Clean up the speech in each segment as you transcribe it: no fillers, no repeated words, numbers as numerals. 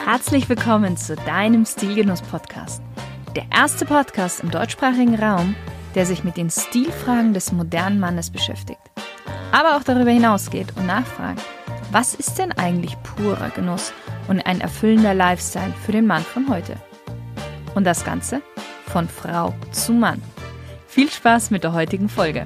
Herzlich willkommen zu deinem Stilgenuss-Podcast. Der erste Podcast im deutschsprachigen Raum, der sich mit den Stilfragen des modernen Mannes beschäftigt. Aber auch darüber hinausgeht und nachfragt, was ist denn eigentlich purer Genuss und ein erfüllender Lifestyle für den Mann von heute? Und das Ganze von Frau zu Mann. Viel Spaß mit der heutigen Folge.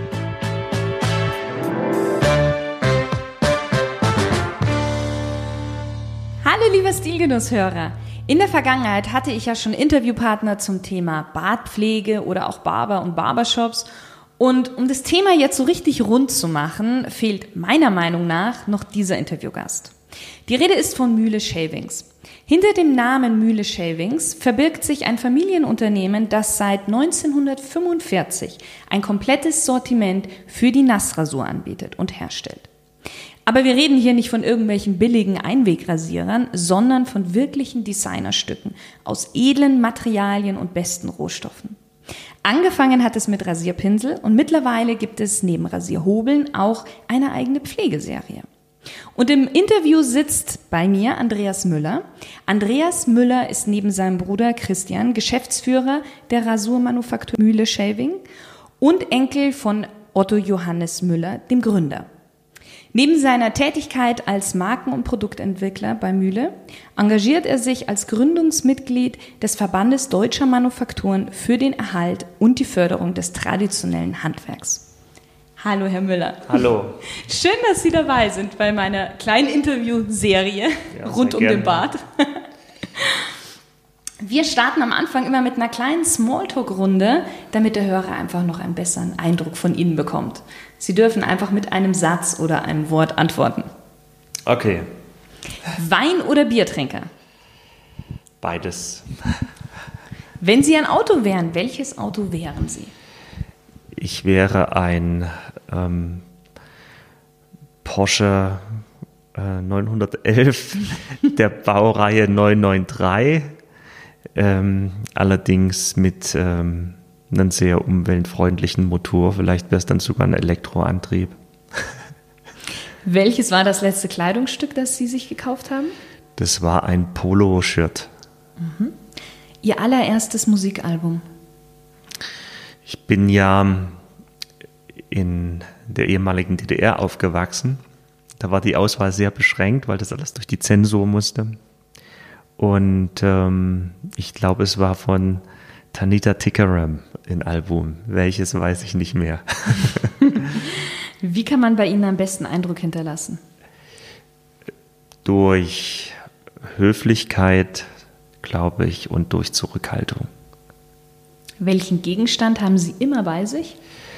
Hallo lieber Stilgenusshörer! In der Vergangenheit hatte ich ja schon Interviewpartner zum Thema Bartpflege oder auch Barber und Barbershops. Und um das Thema jetzt so richtig rund zu machen, fehlt meiner Meinung nach noch dieser Interviewgast. Die Rede ist von Mühle Shavings. Hinter dem Namen Mühle Shavings verbirgt sich ein Familienunternehmen, das seit 1945 ein komplettes Sortiment für die Nassrasur anbietet und herstellt. Aber wir reden hier nicht von irgendwelchen billigen Einwegrasierern, sondern von wirklichen Designerstücken aus edlen Materialien und besten Rohstoffen. Angefangen hat es mit Rasierpinsel und mittlerweile gibt es neben Rasierhobeln auch eine eigene Pflegeserie. Und im Interview sitzt bei mir Andreas Müller. Andreas Müller ist neben seinem Bruder Christian Geschäftsführer der Rasurmanufaktur Mühle Shaving und Enkel von Otto Johannes Müller, dem Gründer. Neben seiner Tätigkeit als Marken- und Produktentwickler bei Mühle engagiert er sich als Gründungsmitglied des Verbandes Deutscher Manufakturen für den Erhalt und die Förderung des traditionellen Handwerks. Hallo, Herr Müller. Hallo. Schön, dass Sie dabei sind bei meiner kleinen Interviewserie rund um den Bart. Wir starten am Anfang immer mit einer kleinen Smalltalk-Runde, damit der Hörer einfach noch einen besseren Eindruck von Ihnen bekommt. Sie dürfen einfach mit einem Satz oder einem Wort antworten. Okay. Wein- oder Biertrinker? Beides. Wenn Sie ein Auto wären, welches Auto wären Sie? Ich wäre ein Porsche 911 der Baureihe 993, allerdings mit einem sehr umweltfreundlichen Motor. Vielleicht wäre es dann sogar ein Elektroantrieb. Welches war das letzte Kleidungsstück, das Sie sich gekauft haben? Das war ein Polo-Shirt. Mhm. Ihr allererstes Musikalbum? Ich bin ja in der ehemaligen DDR aufgewachsen. Da war die Auswahl sehr beschränkt, weil das alles durch die Zensur musste. Und ich glaube, es war von Tanita Tikaram ein Album. Welches weiß ich nicht mehr. Wie kann man bei Ihnen am besten Eindruck hinterlassen? Durch Höflichkeit, glaube ich, und durch Zurückhaltung. Welchen Gegenstand haben Sie immer bei sich?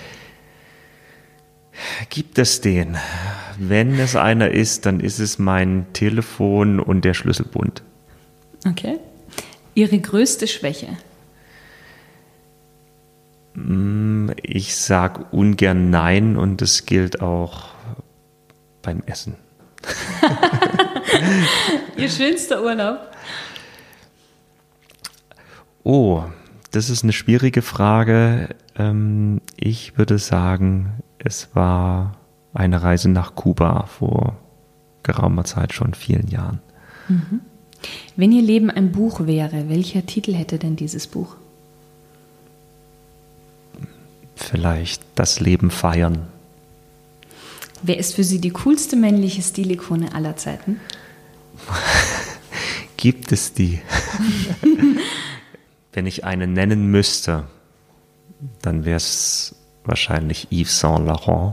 Gibt es den? Wenn es einer ist, dann ist es mein Telefon und der Schlüsselbund. Okay. Ihre größte Schwäche? Ich sage ungern Nein und das gilt auch beim Essen. Ihr schönster Urlaub? Oh, das ist eine schwierige Frage. Ich würde sagen, es war eine Reise nach Kuba vor geraumer Zeit, schon vielen Jahren. Mhm. Wenn Ihr Leben ein Buch wäre, welcher Titel hätte denn dieses Buch? Vielleicht Das Leben feiern. Wer ist für Sie die coolste männliche Stilikone aller Zeiten? Gibt es die? Wenn ich eine nennen müsste, dann wäre es wahrscheinlich Yves Saint Laurent.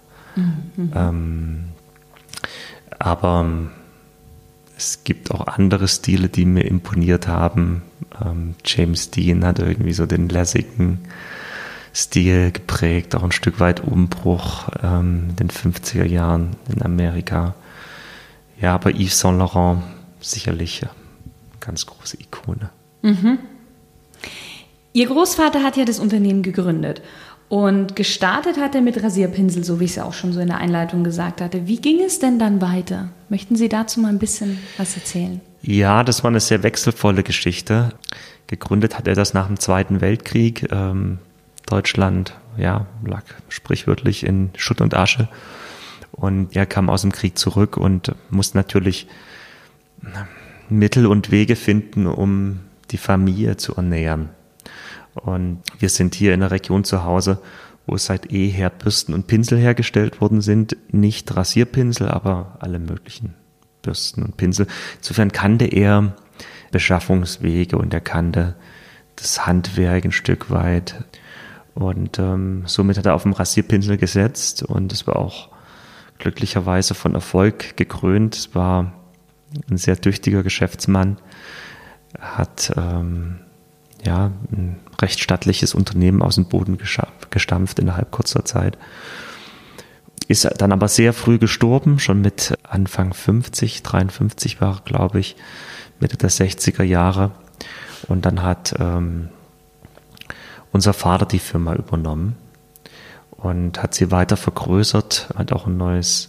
Mhm. Aber es gibt auch andere Stile, die mir imponiert haben. James Dean hat irgendwie so den lässigen Stil geprägt, auch ein Stück weit Umbruch in den 50er Jahren in Amerika. Ja, aber Yves Saint Laurent sicherlich eine ganz große Ikone. Mhm. Ihr Großvater hat ja das Unternehmen gegründet und gestartet hat er mit Rasierpinsel, so wie ich es ja auch schon so in der Einleitung gesagt hatte. Wie ging es denn dann weiter? Möchten Sie dazu mal ein bisschen was erzählen? Ja, das war eine sehr wechselvolle Geschichte. Gegründet hat er das nach dem Zweiten Weltkrieg. Deutschland lag sprichwörtlich in Schutt und Asche. Und er kam aus dem Krieg zurück und musste natürlich Mittel und Wege finden, um die Familie zu ernähren. Und wir sind hier in der Region zu Hause, wo seit jeher Bürsten und Pinsel hergestellt worden sind. Nicht Rasierpinsel, aber alle möglichen Bürsten und Pinsel. Insofern kannte er Beschaffungswege und er kannte das Handwerk ein Stück weit. Und somit hat er auf den Rasierpinsel gesetzt und es war auch glücklicherweise von Erfolg gekrönt. Es war ein sehr tüchtiger Geschäftsmann, hat ein recht stattliches Unternehmen aus dem Boden gestampft innerhalb kurzer Zeit. Ist dann aber sehr früh gestorben, schon mit Anfang 50, 53 war er, glaube ich, Mitte der 60er Jahre. Und dann hat unser Vater die Firma übernommen und hat sie weiter vergrößert, hat auch ein neues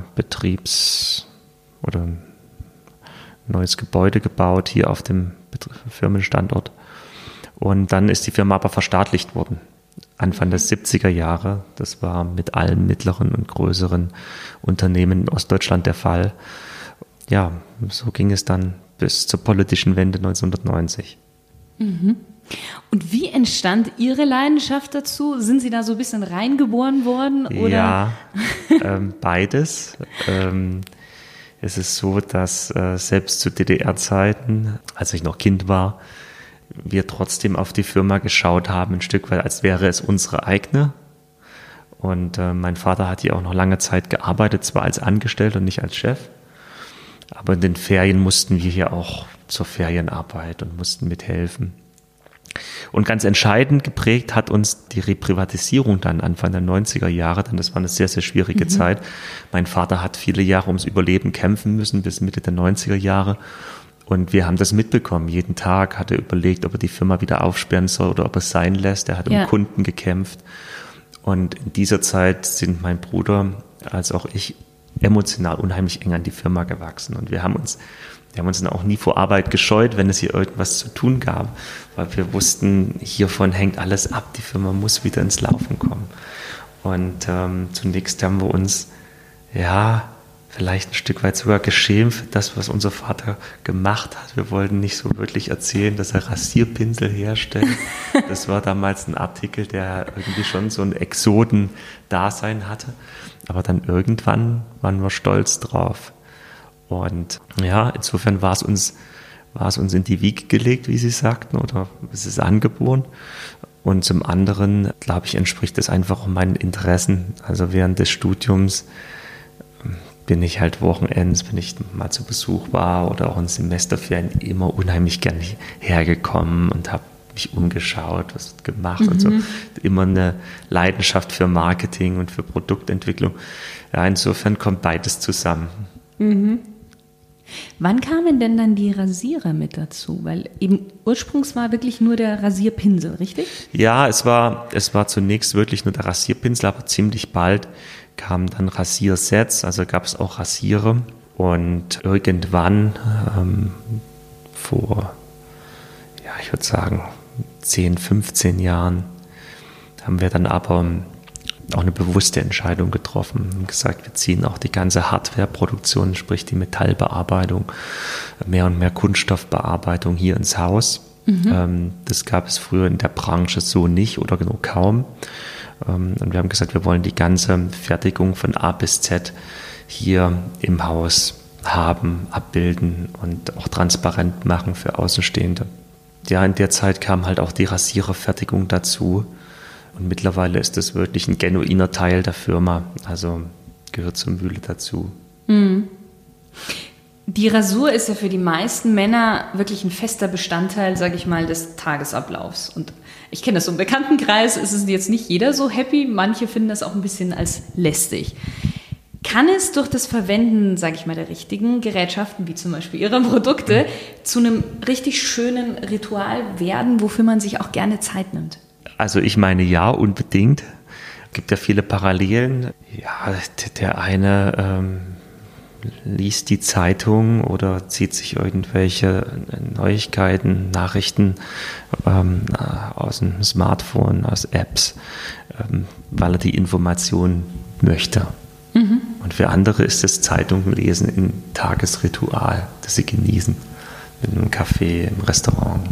neues Gebäude gebaut hier auf dem Firmenstandort. Und dann ist die Firma aber verstaatlicht worden. Anfang der 70er Jahre. Das war mit allen mittleren und größeren Unternehmen in Ostdeutschland der Fall. Ja, so ging es dann bis zur politischen Wende 1990. Mhm. Und wie entstand Ihre Leidenschaft dazu? Sind Sie da so ein bisschen reingeboren worden? Oder? Ja, beides. Es ist so, dass selbst zu DDR-Zeiten, als ich noch Kind war, wir trotzdem auf die Firma geschaut haben, ein Stück weit, als wäre es unsere eigene. Und mein Vater hat hier auch noch lange Zeit gearbeitet, zwar als Angestellter und nicht als Chef, aber in den Ferien mussten wir hier auch zur Ferienarbeit und mussten mithelfen. Und ganz entscheidend geprägt hat uns die Reprivatisierung dann Anfang der 90er Jahre, denn das war eine sehr, sehr schwierige Zeit. Mein Vater hat viele Jahre ums Überleben kämpfen müssen, bis Mitte der 90er Jahre. Und wir haben das mitbekommen. Jeden Tag hat er überlegt, ob er die Firma wieder aufsperren soll oder ob er es sein lässt. Er hat um Kunden gekämpft. Und in dieser Zeit sind mein Bruder als auch ich emotional unheimlich eng an die Firma gewachsen. Und wir haben uns dann auch nie vor Arbeit gescheut, wenn es hier irgendwas zu tun gab, weil wir wussten, hiervon hängt alles ab, die Firma muss wieder ins Laufen kommen. Und zunächst haben wir uns, vielleicht ein Stück weit sogar geschämt für das, was unser Vater gemacht hat. Wir wollten nicht so wirklich erzählen, dass er Rasierpinsel herstellt. Das war damals ein Artikel, der irgendwie schon so ein Exoden-Dasein hatte. Aber dann irgendwann waren wir stolz drauf. Und insofern war es uns in die Wiege gelegt, wie Sie sagten, oder es ist angeboren. Und zum anderen, glaube ich, entspricht es einfach auch meinen Interessen. Also während des Studiums bin ich halt wochenends, wenn ich mal zu Besuch war oder auch in Semesterferien, immer unheimlich gerne hergekommen und habe mich umgeschaut, was wird gemacht und so. Immer eine Leidenschaft für Marketing und für Produktentwicklung. Ja, insofern kommt beides zusammen. Mhm. Wann kamen denn dann die Rasierer mit dazu? Weil eben ursprünglich war wirklich nur der Rasierpinsel, richtig? Ja, es war zunächst wirklich nur der Rasierpinsel, aber ziemlich bald kamen dann Rasiersets, also gab es auch Rasierer. Und irgendwann vor, ich würde sagen 10, 15 Jahren haben wir dann aber auch eine bewusste Entscheidung getroffen und gesagt, wir ziehen auch die ganze Hardwareproduktion, sprich die Metallbearbeitung, mehr und mehr Kunststoffbearbeitung hier ins Haus. Das gab es früher in der Branche so nicht oder nur kaum. Und wir haben gesagt, wir wollen die ganze Fertigung von A bis Z hier im Haus haben, abbilden und auch transparent machen für Außenstehende. Ja, in der Zeit kam halt auch die Rasiererfertigung dazu. Und mittlerweile ist das wirklich ein genuiner Teil der Firma, also gehört zur Mühle dazu. Die Rasur ist ja für die meisten Männer wirklich ein fester Bestandteil, sage ich mal, des Tagesablaufs. Und ich kenne das so im Bekanntenkreis, ist es jetzt nicht jeder so happy, manche finden das auch ein bisschen als lästig. Kann es durch das Verwenden, sage ich mal, der richtigen Gerätschaften, wie zum Beispiel Ihrer Produkte, zu einem richtig schönen Ritual werden, wofür man sich auch gerne Zeit nimmt? Also ich meine ja, unbedingt. Es gibt ja viele Parallelen. Ja, der eine liest die Zeitung oder zieht sich irgendwelche Neuigkeiten, Nachrichten aus dem Smartphone, aus Apps, weil er die Information möchte. Und für andere ist das Zeitung lesen ein Tagesritual, das sie genießen. in einem Café, im Restaurant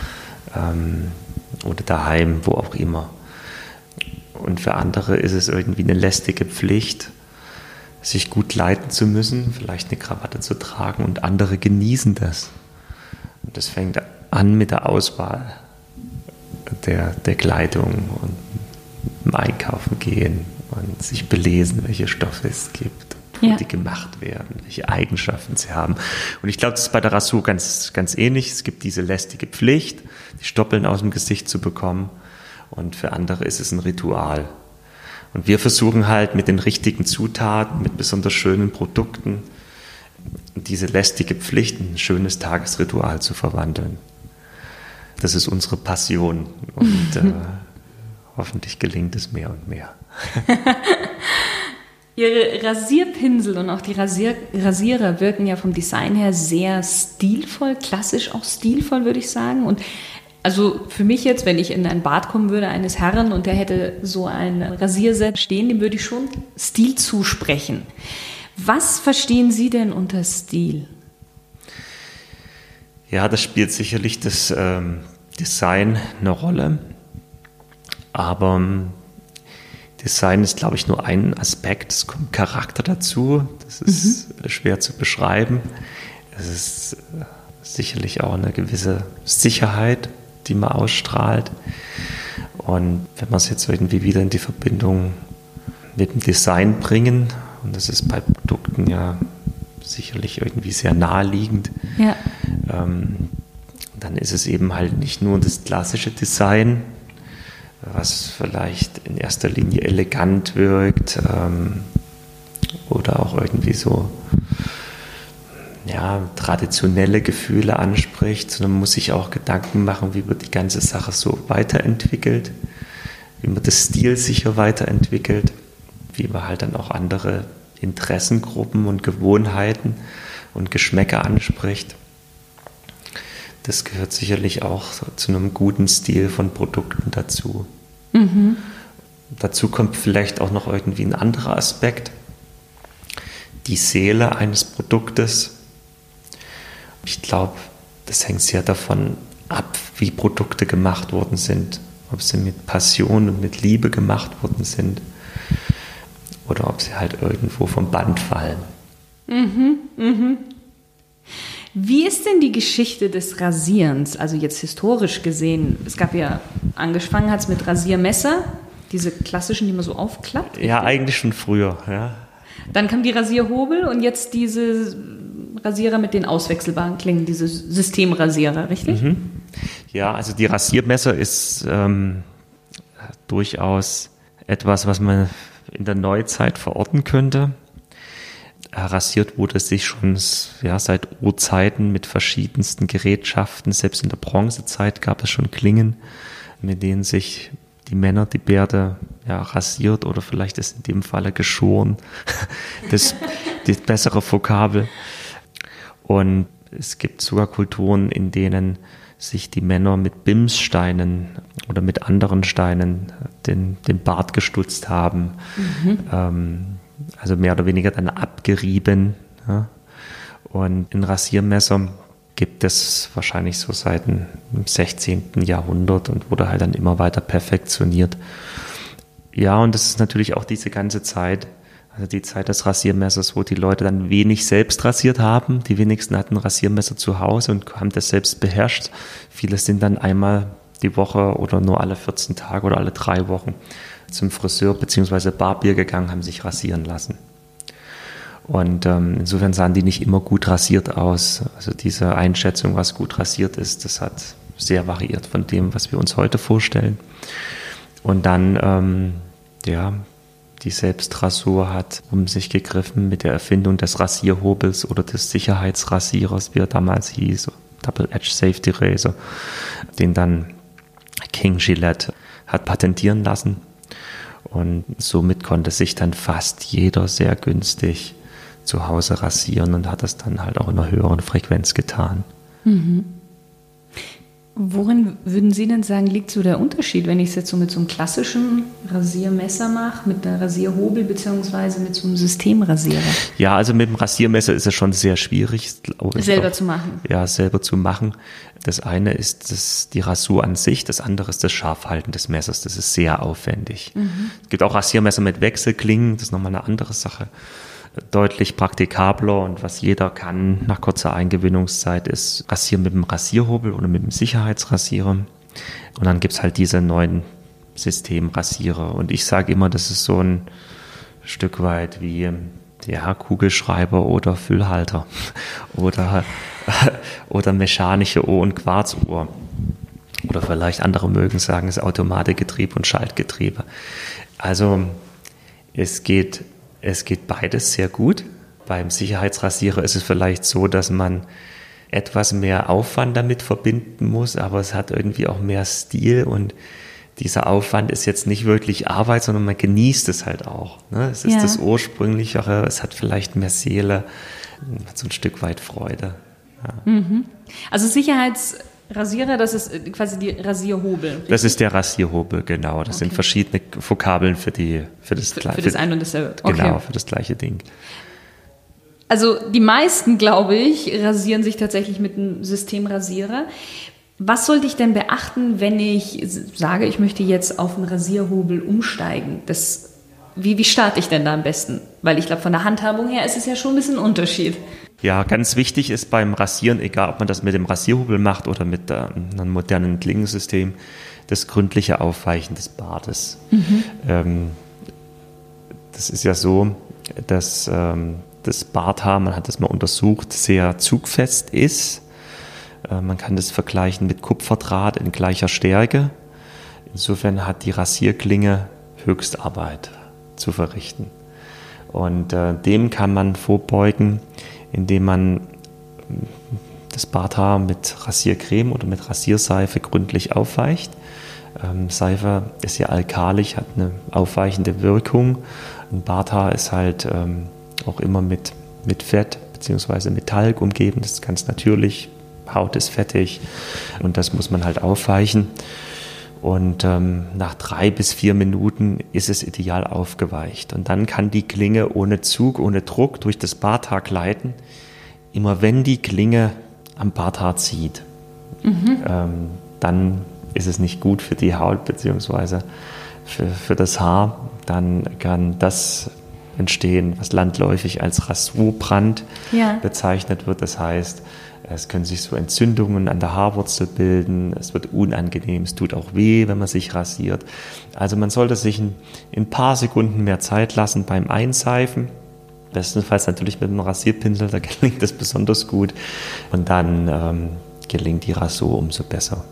oder daheim, wo auch immer. Und für andere ist es irgendwie eine lästige Pflicht, sich gut leiten zu müssen, vielleicht eine Krawatte zu tragen, und andere genießen das. Und das fängt an mit der Auswahl der Kleidung und im Einkaufen gehen und sich belesen, welche Stoffe es gibt, wo die gemacht werden, welche Eigenschaften sie haben. Und ich glaube, das ist bei der Rasur ganz, ganz ähnlich. Es gibt diese lästige Pflicht, die Stoppeln aus dem Gesicht zu bekommen, und für andere ist es ein Ritual. Und wir versuchen halt mit den richtigen Zutaten, mit besonders schönen Produkten, diese lästige Pflicht in ein schönes Tagesritual zu verwandeln. Das ist unsere Passion, und hoffentlich gelingt es mehr und mehr. Ihre Rasierpinsel und auch die Rasierer wirken ja vom Design her sehr stilvoll, klassisch auch stilvoll, würde ich sagen. Und also für mich jetzt, wenn ich in ein Bad kommen würde eines Herren und der hätte so ein Rasierset stehen, dem würde ich schon Stil zusprechen. Was verstehen Sie denn unter Stil? Ja, das spielt sicherlich das Design eine Rolle, aber Design ist, glaube ich, nur ein Aspekt. Es kommt Charakter dazu, das ist schwer zu beschreiben. Es ist sicherlich auch eine gewisse Sicherheit, die man ausstrahlt. Und wenn wir es jetzt irgendwie wieder in die Verbindung mit dem Design bringen, und das ist bei Produkten ja sicherlich irgendwie sehr naheliegend, dann ist es eben halt nicht nur das klassische Design, was vielleicht in erster Linie elegant wirkt oder auch irgendwie so traditionelle Gefühle anspricht, sondern man muss sich auch Gedanken machen, wie wird die ganze Sache so weiterentwickelt, wie man das Stil sicher weiterentwickelt, wie man halt dann auch andere Interessengruppen und Gewohnheiten und Geschmäcker anspricht. Das gehört sicherlich auch zu einem guten Stil von Produkten dazu. Dazu kommt vielleicht auch noch irgendwie ein anderer Aspekt, die Seele eines Produktes. Ich glaube, das hängt sehr davon ab, wie Produkte gemacht worden sind. Ob sie mit Passion und mit Liebe gemacht worden sind oder ob sie halt irgendwo vom Band fallen. Wie ist denn die Geschichte des Rasierens, also jetzt historisch gesehen? Es gab ja, angefangen hat es mit Rasiermesser, diese klassischen, die man so aufklappt. Ja, eigentlich schon früher, ja. Dann kam die Rasierhobel und jetzt diese Rasierer mit den auswechselbaren Klingen, diese Systemrasierer, richtig? Ja, also die Rasiermesser ist durchaus etwas, was man in der Neuzeit verorten könnte. Rasiert wurde sich schon seit Urzeiten mit verschiedensten Gerätschaften. Selbst in der Bronzezeit gab es schon Klingen, mit denen sich die Männer die Bärte rasiert oder vielleicht ist in dem Falle geschoren. Das bessere Vokabel. Und es gibt sogar Kulturen, in denen sich die Männer mit Bimssteinen oder mit anderen Steinen den Bart gestutzt haben. Also mehr oder weniger dann abgerieben. Ja. Und ein Rasiermesser gibt es wahrscheinlich so seit dem 16. Jahrhundert und wurde halt dann immer weiter perfektioniert. Ja, und das ist natürlich auch diese ganze Zeit, also die Zeit des Rasiermessers, wo die Leute dann wenig selbst rasiert haben. Die wenigsten hatten ein Rasiermesser zu Hause und haben das selbst beherrscht. Viele sind dann einmal die Woche oder nur alle 14 Tage oder alle 3 Wochen zum Friseur bzw. Barbier gegangen, haben sich rasieren lassen. Und insofern sahen die nicht immer gut rasiert aus. Also diese Einschätzung, was gut rasiert ist, das hat sehr variiert von dem, was wir uns heute vorstellen. Und dann, die Selbstrasur hat um sich gegriffen mit der Erfindung des Rasierhobels oder des Sicherheitsrasierers, wie er damals hieß, Double Edge Safety Razor, den dann King Gillette hat patentieren lassen. Und somit konnte sich dann fast jeder sehr günstig zu Hause rasieren und hat das dann halt auch in einer höheren Frequenz getan. Worin würden Sie denn sagen, liegt so der Unterschied, wenn ich es jetzt so mit so einem klassischen Rasiermesser mache, mit einer Rasierhobel beziehungsweise mit so einem Systemrasierer? Ja, also mit dem Rasiermesser ist es schon sehr schwierig. Selber zu machen. Ja, selber zu machen. Das eine ist die Rasur an sich, das andere ist das Scharfhalten des Messers. Das ist sehr aufwendig. Es gibt auch Rasiermesser mit Wechselklingen, das ist nochmal eine andere Sache. Deutlich praktikabler und was jeder kann nach kurzer Eingewöhnungszeit ist Rasieren mit dem Rasierhobel oder mit dem Sicherheitsrasierer. Und dann gibt's halt diese neuen Systemrasierer. Und ich sage immer, das ist so ein Stück weit wie Kugelschreiber oder Füllhalter oder mechanische Uhr und Quarzuhr. Oder vielleicht andere mögen sagen, es ist Automatikgetriebe und Schaltgetriebe. Also es geht beides sehr gut. Beim Sicherheitsrasierer ist es vielleicht so, dass man etwas mehr Aufwand damit verbinden muss, aber es hat irgendwie auch mehr Stil und dieser Aufwand ist jetzt nicht wirklich Arbeit, sondern man genießt es halt auch. Ne? Es ist das Ursprünglichere, es hat vielleicht mehr Seele, hat so ein Stück weit Freude. Ja. Also Sicherheitsrasierer, das ist quasi die Rasierhobel. Richtig? Das ist der Rasierhobel, genau. Das sind verschiedene Vokabeln für das eine und dasselbe. Okay. Genau, für das gleiche Ding. Also die meisten, glaube ich, rasieren sich tatsächlich mit einem Systemrasierer. Was sollte ich denn beachten, wenn ich sage, ich möchte jetzt auf einen Rasierhobel umsteigen? Wie starte ich denn da am besten? Weil ich glaube, von der Handhabung her ist es ja schon ein bisschen ein Unterschied. Ja, ganz wichtig ist beim Rasieren, egal ob man das mit dem Rasierhobel macht oder mit einem modernen Klingensystem, das gründliche Aufweichen des Bartes. Das ist ja so, dass das Barthaar, man hat das mal untersucht, sehr zugfest ist. Man kann das vergleichen mit Kupferdraht in gleicher Stärke. Insofern hat die Rasierklinge Höchstarbeit zu verrichten. Und dem kann man vorbeugen, indem man das Barthaar mit Rasiercreme oder mit Rasierseife gründlich aufweicht. Seife ist ja alkalisch, hat eine aufweichende Wirkung. Ein Barthaar ist halt auch immer mit Fett bzw. mit Talg umgeben. Das ist ganz natürlich. Haut ist fettig und das muss man halt aufweichen. Und nach 3 bis 4 Minuten ist es ideal aufgeweicht. Und dann kann die Klinge ohne Zug, ohne Druck durch das Barthaar gleiten. Immer wenn die Klinge am Barthaar zieht, dann ist es nicht gut für die Haut bzw. für das Haar. Dann kann das entstehen, was landläufig als Rasurbrand bezeichnet wird. Das heißt, es können sich so Entzündungen an der Haarwurzel bilden, es wird unangenehm, es tut auch weh, wenn man sich rasiert. Also man sollte sich in ein paar Sekunden mehr Zeit lassen beim Einseifen. Bestenfalls natürlich mit einem Rasierpinsel, da gelingt das besonders gut. Und dann gelingt die Rasur umso besser.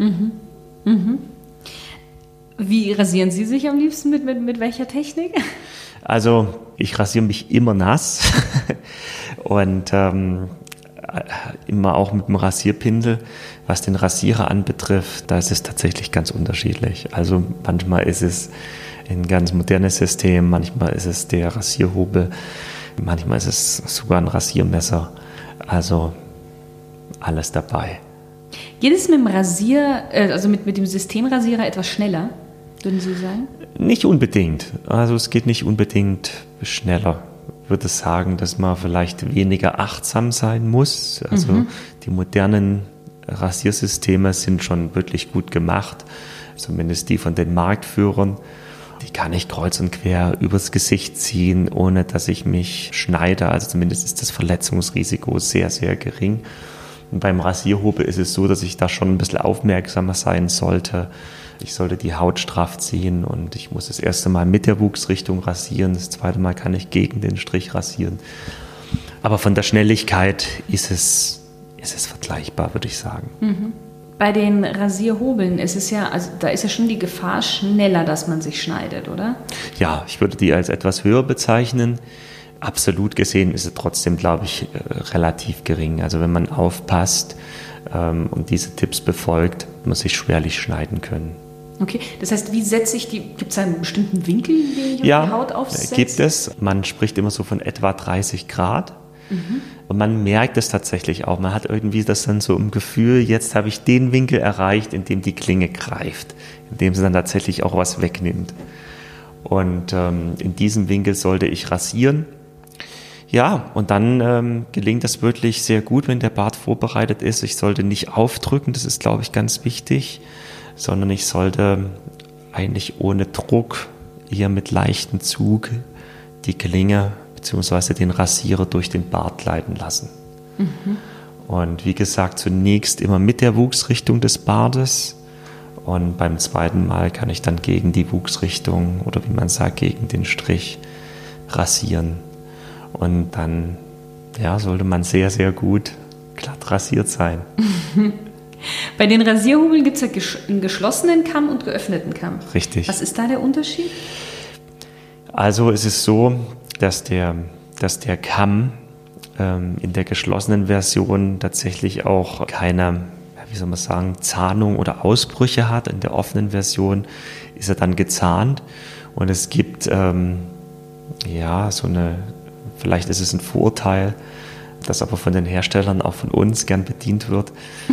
Wie rasieren Sie sich am liebsten mit welcher Technik? Also ich rasiere mich immer nass und immer auch mit dem Rasierpinsel. Was den Rasierer anbetrifft, da ist es tatsächlich ganz unterschiedlich. Also manchmal ist es ein ganz modernes System, manchmal ist es der Rasierhobel, manchmal ist es sogar ein Rasiermesser. Also alles dabei. Geht es mit dem mit dem Systemrasierer etwas schneller, würden Sie sagen? Nicht unbedingt. Also es geht nicht unbedingt schneller. Ich würde sagen, dass man vielleicht weniger achtsam sein muss. Also die modernen Rasiersysteme sind schon wirklich gut gemacht, zumindest die von den Marktführern. Die kann ich kreuz und quer übers Gesicht ziehen, ohne dass ich mich schneide. Also zumindest ist das Verletzungsrisiko sehr, sehr gering. Und beim Rasierhobel ist es so, dass ich da schon ein bisschen aufmerksamer sein sollte. Ich sollte die Haut straff ziehen und ich muss das erste Mal mit der Wuchsrichtung rasieren. Das zweite Mal kann ich gegen den Strich rasieren. Aber von der Schnelligkeit ist es vergleichbar, würde ich sagen. Bei den Rasierhobeln ist es ja, also da ist ja schon die Gefahr schneller, dass man sich schneidet, oder? Ja, ich würde die als etwas höher bezeichnen. Absolut gesehen ist es trotzdem, glaube ich, relativ gering. Also wenn man aufpasst und diese Tipps befolgt, wird man sich schwerlich schneiden können. Okay, das heißt, wie setze ich gibt es einen bestimmten Winkel, den ich auf die Haut aufsetze? Ja, gibt es. Man spricht immer so von etwa 30 Grad. Und man merkt es tatsächlich auch. Man hat irgendwie das dann so im Gefühl, jetzt habe ich den Winkel erreicht, in dem die Klinge greift, in dem sie dann tatsächlich auch was wegnimmt. Und in diesem Winkel sollte ich rasieren. Ja, und dann gelingt das wirklich sehr gut, wenn der Bart vorbereitet ist. Ich sollte nicht aufdrücken, das ist, glaube ich, ganz wichtig, sondern ich sollte eigentlich ohne Druck, eher mit leichtem Zug die Klinge bzw. den Rasierer durch den Bart gleiten lassen. Und wie gesagt, zunächst immer mit der Wuchsrichtung des Bartes und beim zweiten Mal kann ich dann gegen die Wuchsrichtung oder wie man sagt, gegen den Strich rasieren. Und dann sollte man sehr, sehr gut glatt rasiert sein. Bei den Rasierhobeln gibt es ja einen geschlossenen Kamm und geöffneten Kamm. Richtig. Was ist da der Unterschied? Also es ist so, dass der Kamm in der geschlossenen Version tatsächlich auch keine, wie soll man sagen, Zahnung oder Ausbrüche hat. In der offenen Version ist er dann gezahnt und es gibt vielleicht ist es ein Vorurteil, das aber von den Herstellern auch von uns gern bedient wird,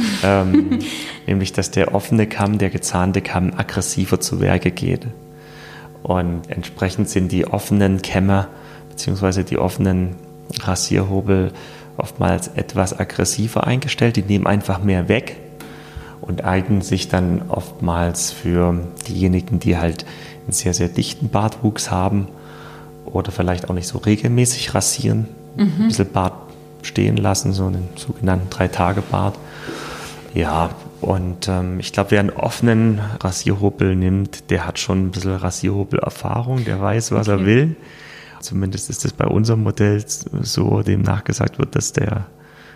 nämlich dass der offene Kamm, der gezahnte Kamm aggressiver zu Werke geht. Und entsprechend sind die offenen Kämme bzw. die offenen Rasierhobel oftmals etwas aggressiver eingestellt. Die nehmen einfach mehr weg und eignen sich dann oftmals für diejenigen, die halt einen sehr, sehr dichten Bartwuchs haben oder vielleicht auch nicht so regelmäßig rasieren, ein bisschen Bart stehen lassen, so einen sogenannten 3-Tage-Bart. Ja, und ich glaube, wer einen offenen Rasierhobel nimmt, der hat schon ein bisschen Rasierhobel-Erfahrung, der weiß, was er will. Zumindest ist es bei unserem Modell so, dem nachgesagt wird, dass er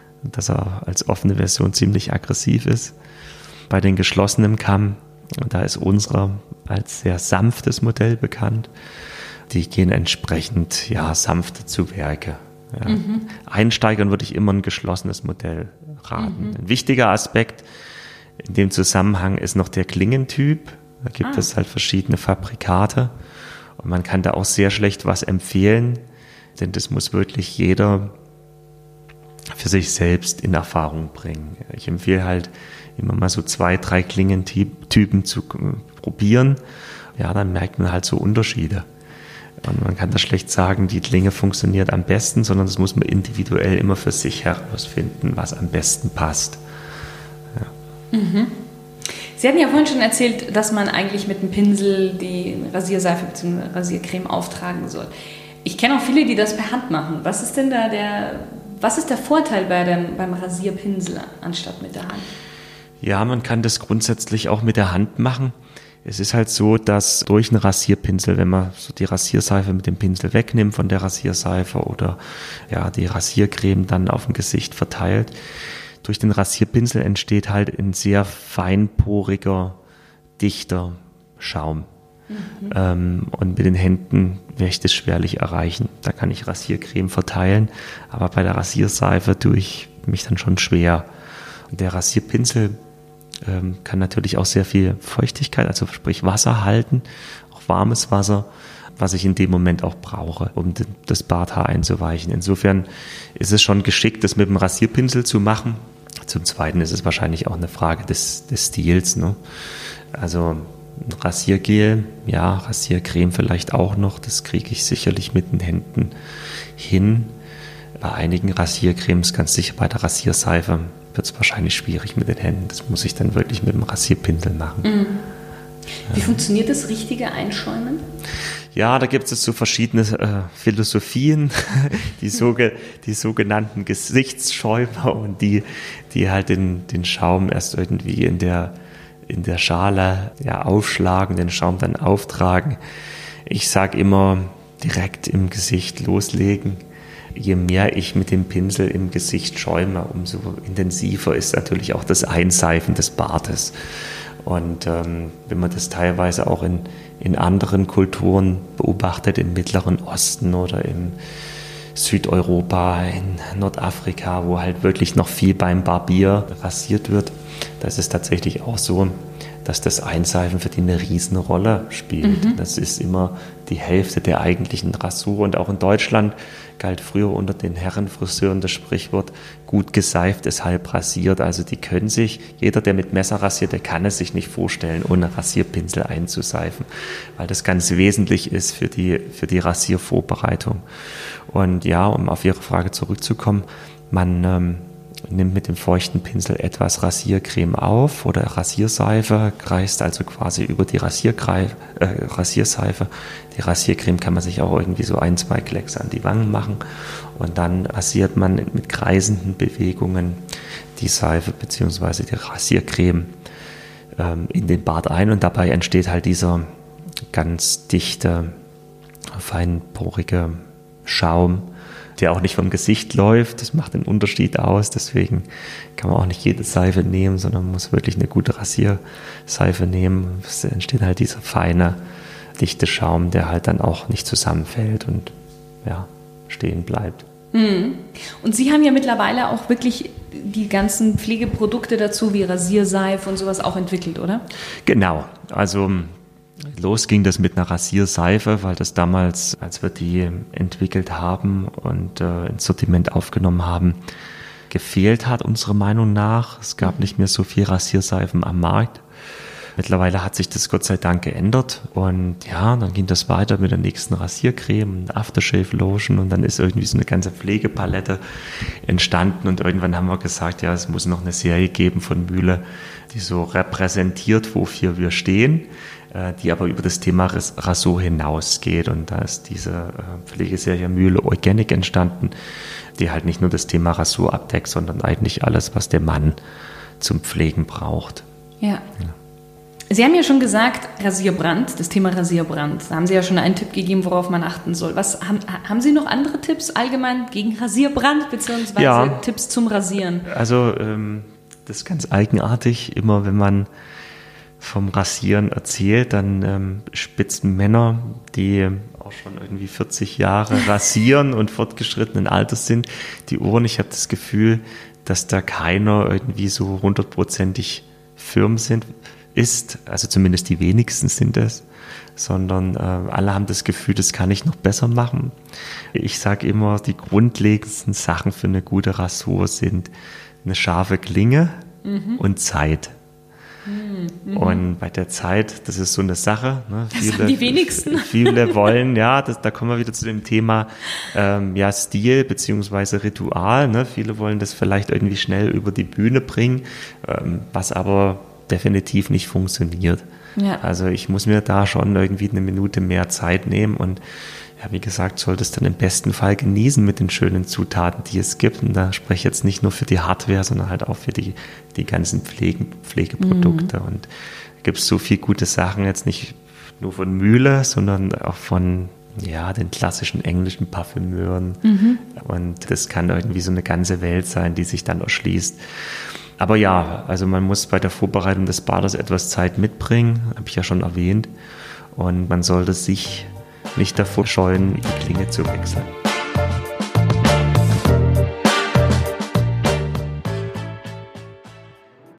als offene Version ziemlich aggressiv ist. Bei den geschlossenen Kamm, da ist unserer als sehr sanftes Modell bekannt. Die gehen entsprechend sanfte zu Werke. Ja. Einsteigern würde ich immer ein geschlossenes Modell raten. Ein wichtiger Aspekt in dem Zusammenhang ist noch der Klingentyp. Da gibt es halt verschiedene Fabrikate und man kann da auch sehr schlecht was empfehlen, denn das muss wirklich jeder für sich selbst in Erfahrung bringen. Ich empfehle halt immer mal so 2-3 Klingentypen zu probieren. Ja, dann merkt man halt so Unterschiede. Und man kann da schlecht sagen, die Klinge funktioniert am besten, sondern das muss man individuell immer für sich herausfinden, was am besten passt. Ja. Sie hatten ja vorhin schon erzählt, dass man eigentlich mit einem Pinsel die Rasierseife bzw. Rasiercreme auftragen soll. Ich kenne auch viele, die das per Hand machen. Was ist denn da was ist der Vorteil beim Rasierpinsel anstatt mit der Hand? Ja, man kann das grundsätzlich auch mit der Hand machen. Es ist halt so, dass durch einen Rasierpinsel, wenn man so die Rasierseife mit dem Pinsel wegnimmt von der Rasierseife oder die Rasiercreme dann auf dem Gesicht verteilt, durch den Rasierpinsel entsteht halt ein sehr feinporiger, dichter Schaum. Und mit den Händen werde ich das schwerlich erreichen. Da kann ich Rasiercreme verteilen, aber bei der Rasierseife tue ich mich dann schon schwer. Und der Rasierpinsel kann natürlich auch sehr viel Feuchtigkeit, also sprich Wasser halten, auch warmes Wasser, was ich in dem Moment auch brauche, um das Barthaar einzuweichen. Insofern ist es schon geschickt, das mit dem Rasierpinsel zu machen. Zum Zweiten ist es wahrscheinlich auch eine Frage des Stils. Ne? Also ein Rasiergel, Rasiercreme vielleicht auch noch, das kriege ich sicherlich mit den Händen hin. Bei einigen Rasiercremes, ganz sicher bei der Rasierseife, wird es wahrscheinlich schwierig mit den Händen. Das muss ich dann wirklich mit dem Rasierpinsel machen. Wie funktioniert das richtige Einschäumen? Ja, da gibt es so verschiedene Philosophien, die sogenannten Gesichtsschäumer und die halt den Schaum erst irgendwie in der Schale aufschlagen, den Schaum dann auftragen. Ich sage immer, direkt im Gesicht loslegen. Je mehr ich mit dem Pinsel im Gesicht schäume, umso intensiver ist natürlich auch das Einseifen des Bartes. Und wenn man das teilweise auch in anderen Kulturen beobachtet, im Mittleren Osten oder in Südeuropa, in Nordafrika, wo halt wirklich noch viel beim Barbier rasiert wird, da ist es tatsächlich auch so, dass das Einseifen für die eine Riesenrolle spielt. Das ist immer die Hälfte der eigentlichen Rasur. Und auch in Deutschland galt früher unter den Herrenfriseuren das Sprichwort, gut geseift ist halb rasiert. Also die können sich, jeder, der mit Messer rasiert, der kann es sich nicht vorstellen, ohne Rasierpinsel einzuseifen, weil das ganz wesentlich ist für die Rasiervorbereitung. Und ja, um auf Ihre Frage zurückzukommen, man nimmt mit dem feuchten Pinsel etwas Rasiercreme auf oder Rasierseife, kreist also quasi über die Rasierseife. Die Rasiercreme kann man sich auch irgendwie so 1-2 Kleckse an die Wangen machen und dann rasiert man mit kreisenden Bewegungen die Seife bzw. die Rasiercreme in den Bart ein und dabei entsteht halt dieser ganz dichte, feinporige Schaum, der auch nicht vom Gesicht läuft. Das macht den Unterschied aus. Deswegen kann man auch nicht jede Seife nehmen, sondern man muss wirklich eine gute Rasierseife nehmen. Es entsteht halt dieser feine, dichte Schaum, der halt dann auch nicht zusammenfällt und ja, stehen bleibt. Und Sie haben ja mittlerweile auch wirklich die ganzen Pflegeprodukte dazu, wie Rasierseife und sowas auch entwickelt, oder? Genau. Also los ging das mit einer Rasierseife, weil das damals, als wir die entwickelt haben und ins Sortiment aufgenommen haben, gefehlt hat, unserer Meinung nach. Es gab nicht mehr so viel Rasierseifen am Markt. Mittlerweile hat sich das Gott sei Dank geändert und ja, dann ging das weiter mit der nächsten Rasiercreme, Aftershave Lotion und dann ist irgendwie so eine ganze Pflegepalette entstanden und irgendwann haben wir gesagt, ja, es muss noch eine Serie geben von Mühle, die so repräsentiert, wofür wir stehen, die aber über das Thema Rasur hinausgeht und da ist diese Pflegeserie Mühle Organic entstanden, die halt nicht nur das Thema Rasur abdeckt, sondern eigentlich alles, was der Mann zum Pflegen braucht. Ja. Sie haben ja schon gesagt, Rasierbrand, das Thema Rasierbrand. Da haben Sie ja schon einen Tipp gegeben, worauf man achten soll. Haben Sie noch andere Tipps allgemein gegen Rasierbrand, beziehungsweise Tipps zum Rasieren? Also das ist ganz eigenartig. Immer wenn man vom Rasieren erzählt, dann spitzen Männer, die auch schon irgendwie 40 Jahre rasieren und fortgeschrittenen Alters sind, die Ohren. Ich habe das Gefühl, dass da keiner irgendwie so 100%ig firm ist, also zumindest die wenigsten sind es, sondern alle haben das Gefühl, das kann ich noch besser machen. Ich sage immer, die grundlegendsten Sachen für eine gute Rasur sind eine scharfe Klinge und Zeit. Und bei der Zeit, das ist so eine Sache. Ne? Das haben die wenigsten. Viele wollen, ja, da kommen wir wieder zu dem Thema Stil beziehungsweise Ritual. Ne? Viele wollen das vielleicht irgendwie schnell über die Bühne bringen, was aber definitiv nicht funktioniert. Ja. Also ich muss mir da schon irgendwie eine Minute mehr Zeit nehmen und ja, wie gesagt, sollte es dann im besten Fall genießen mit den schönen Zutaten, die es gibt. Und da spreche ich jetzt nicht nur für die Hardware, sondern halt auch für die ganzen Pflegeprodukte. Und da gibt es so viele gute Sachen, jetzt nicht nur von Mühle, sondern auch von den klassischen englischen Parfümeuren. Und das kann irgendwie so eine ganze Welt sein, die sich dann erschließt. Aber ja, also man muss bei der Vorbereitung des Bades etwas Zeit mitbringen, habe ich ja schon erwähnt. Und man sollte sich nicht davor scheuen, die Klinge zu wechseln.